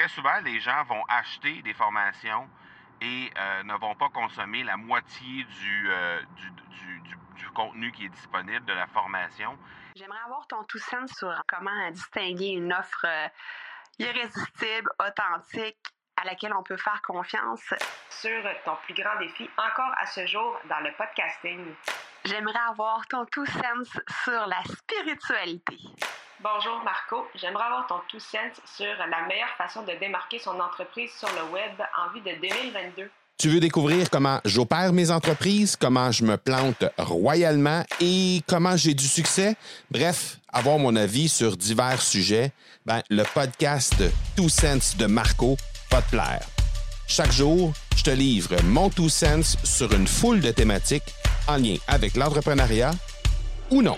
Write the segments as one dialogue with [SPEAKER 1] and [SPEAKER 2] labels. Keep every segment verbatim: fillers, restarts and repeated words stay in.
[SPEAKER 1] très souvent, les gens vont acheter des formations et euh, ne vont pas consommer la moitié du, euh, du, du, du, du contenu qui est disponible de la formation.
[SPEAKER 2] J'aimerais avoir ton tout sens sur comment distinguer une offre euh, irrésistible, authentique, à laquelle on peut faire confiance.
[SPEAKER 3] Sur ton plus grand défi encore à ce jour dans le podcasting.
[SPEAKER 2] J'aimerais avoir ton tout sens sur la spiritualité.
[SPEAKER 3] Bonjour Marco, j'aimerais avoir ton tout sens sur la meilleure façon de démarquer son entreprise sur le web en vue de deux mille vingt-deux.
[SPEAKER 4] Tu veux découvrir comment j'opère mes entreprises, comment je me plante royalement et comment j'ai du succès? Bref, avoir mon avis sur divers sujets, ben, le podcast Two Cents de Marco va te plaire. Chaque jour, je te livre mon Two Cents sur une foule de thématiques en lien avec l'entrepreneuriat ou non.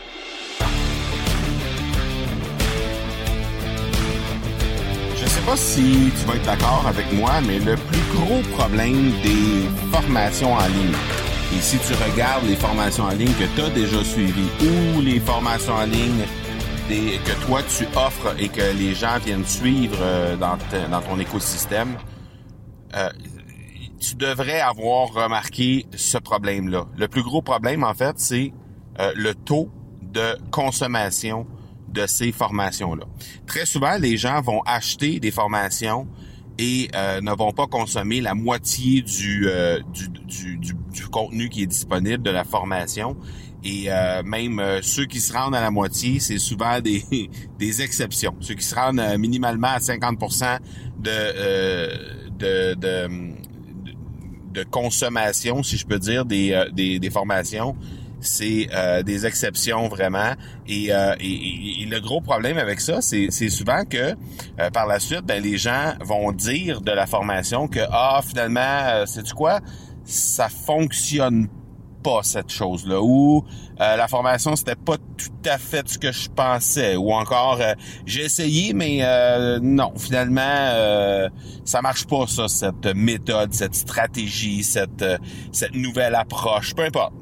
[SPEAKER 4] Je ne sais pas si tu vas être d'accord avec moi, mais le plus gros problème des formations en ligne, et si tu regardes les formations en ligne que tu as déjà suivies ou les formations en ligne des, que toi tu offres et que les gens viennent suivre euh, dans, te, dans ton écosystème, euh, tu devrais avoir remarqué ce problème-là. Le plus gros problème, en fait, c'est euh, le taux de consommation de ces formations-là. Très souvent, les gens vont acheter des formations et euh, ne vont pas consommer la moitié du, euh, du, du, du, du contenu qui est disponible de la formation. Et euh, même euh, ceux qui se rendent à la moitié, c'est souvent des, des exceptions. Ceux qui se rendent euh, minimalement à cinquante pour cent de, euh, de, de, de, de consommation, si je peux dire, des, euh, des, des formations, c'est euh, des exceptions vraiment. Et, euh, et, et, et le gros problème avec ça, c'est, c'est souvent que euh, par la suite, ben, les gens vont dire de la formation que ah finalement, euh, sais-tu quoi, ça fonctionne pas cette chose-là, ou euh, la formation c'était pas tout à fait ce que je pensais, ou encore euh, j'ai essayé mais euh, non finalement euh, ça marche pas ça, cette méthode, cette stratégie, cette euh, cette nouvelle approche, peu importe.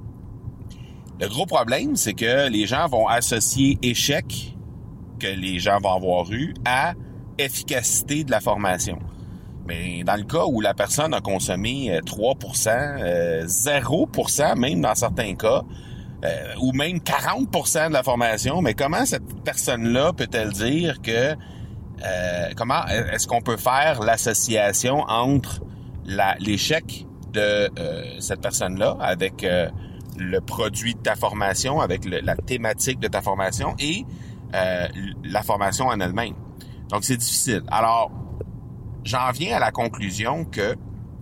[SPEAKER 4] Le gros problème, c'est que les gens vont associer échec que les gens vont avoir eu à efficacité de la formation. Mais dans le cas où la personne a consommé trois pour cent, euh, zéro pour cent même dans certains cas, euh, ou même quarante pour cent de la formation, mais comment cette personne-là peut-elle dire que... Euh, comment est-ce qu'on peut faire l'association entre la, l'échec de euh, cette personne-là avec... Euh, le produit de ta formation, avec le, la thématique de ta formation et euh, la formation en elle-même. Donc, c'est difficile. Alors, j'en viens à la conclusion que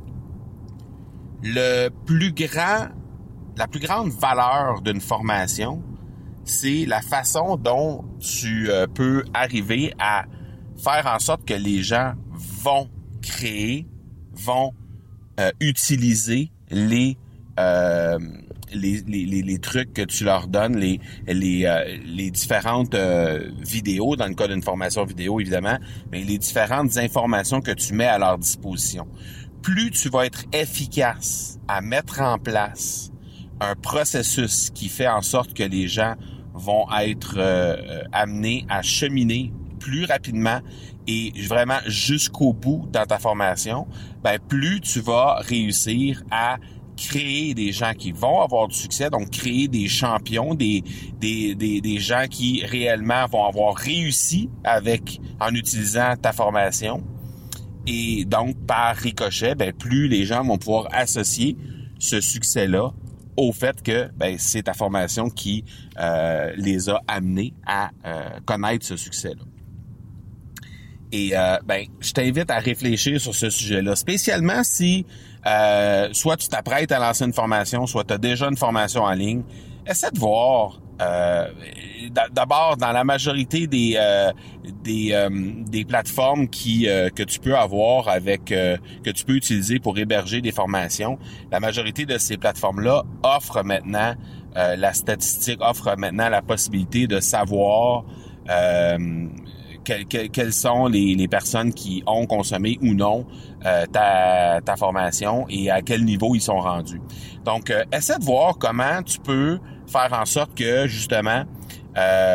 [SPEAKER 4] le plus grand, la plus grande valeur d'une formation, c'est la façon dont tu euh, peux arriver à faire en sorte que les gens vont créer, vont euh, utiliser les euh, Les, les, les trucs que tu leur donnes, les, les, euh, les différentes euh, vidéos, dans le cas d'une formation vidéo évidemment, mais les différentes informations que tu mets à leur disposition. Plus tu vas être efficace à mettre en place un processus qui fait en sorte que les gens vont être euh, amenés à cheminer plus rapidement et vraiment jusqu'au bout dans ta formation, ben plus tu vas réussir à créer des gens qui vont avoir du succès, donc créer des champions, des des des, des gens qui réellement vont avoir réussi avec en utilisant ta formation. Et donc par ricochet, ben plus les gens vont pouvoir associer ce succès-là au fait que ben c'est ta formation qui euh, les a amenés à euh, connaître ce succès-là. Et euh, ben, je t'invite à réfléchir sur ce sujet-là, spécialement si euh, soit tu t'apprêtes à lancer une formation, soit tu as déjà une formation en ligne. Essaie de voir, euh, d'abord dans la majorité des euh, des euh, des plateformes qui euh, que tu peux avoir avec euh, que tu peux utiliser pour héberger des formations. La majorité de ces plateformes-là offrent maintenant euh, la statistique, offrent maintenant la possibilité de savoir euh, Que, que, quelles sont les, les personnes qui ont consommé ou non euh, ta, ta formation et à quel niveau ils sont rendus. Donc, euh, essaie de voir comment tu peux faire en sorte que, justement, euh,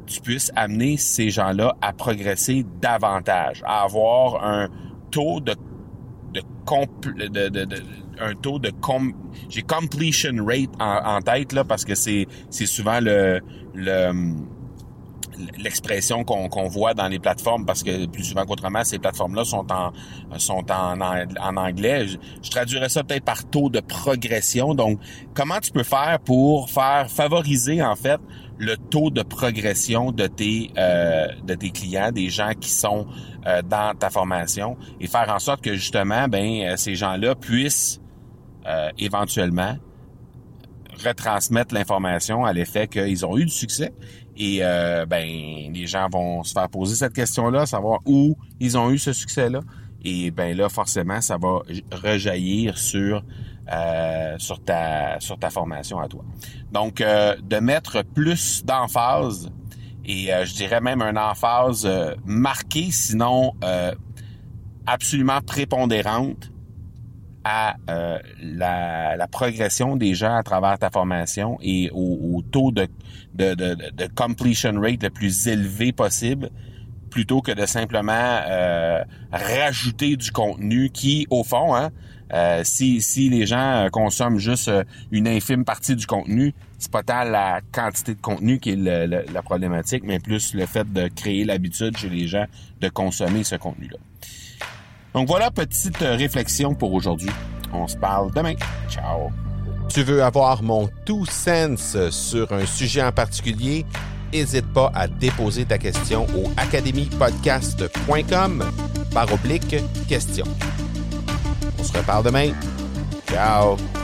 [SPEAKER 4] tu puisses amener ces gens-là à progresser davantage, à avoir un taux de de, compl- de, de, de un taux de com- j'ai completion rate en, en tête là parce que c'est c'est souvent le le l'expression qu'on, qu'on voit dans les plateformes, parce que plus souvent qu'autrement, ces plateformes-là sont en sont en, en, en anglais. Je, je traduirais ça peut-être par taux de progression. Donc, comment tu peux faire pour faire favoriser, en fait, le taux de progression de tes euh, de tes clients, des gens qui sont euh, dans ta formation, et faire en sorte que, justement, ben ces gens-là puissent euh, éventuellement retransmettre l'information à l'effet qu'ils ont eu du succès. Et euh, ben les gens vont se faire poser cette question-là, savoir où ils ont eu ce succès-là. Et ben là, forcément, ça va rejaillir sur euh, sur ta sur ta formation à toi. Donc, euh, de mettre plus d'emphase, et euh, je dirais même une emphase euh, marquée, sinon euh, absolument prépondérante, à euh, la, la progression des gens à travers ta formation et au, au taux de, de, de, de completion rate le plus élevé possible, plutôt que de simplement euh, rajouter du contenu qui, au fond, hein, euh, si, si les gens consomment juste une infime partie du contenu, c'est pas tant la quantité de contenu qui est le, le, la problématique, mais plus le fait de créer l'habitude chez les gens de consommer ce contenu-là. Donc voilà, petite réflexion pour aujourd'hui. On se parle demain. Ciao!
[SPEAKER 5] Tu veux avoir mon two cents sur un sujet en particulier? N'hésite pas à déposer ta question au academy podcast point com par oblique question. On se reparle demain. Ciao!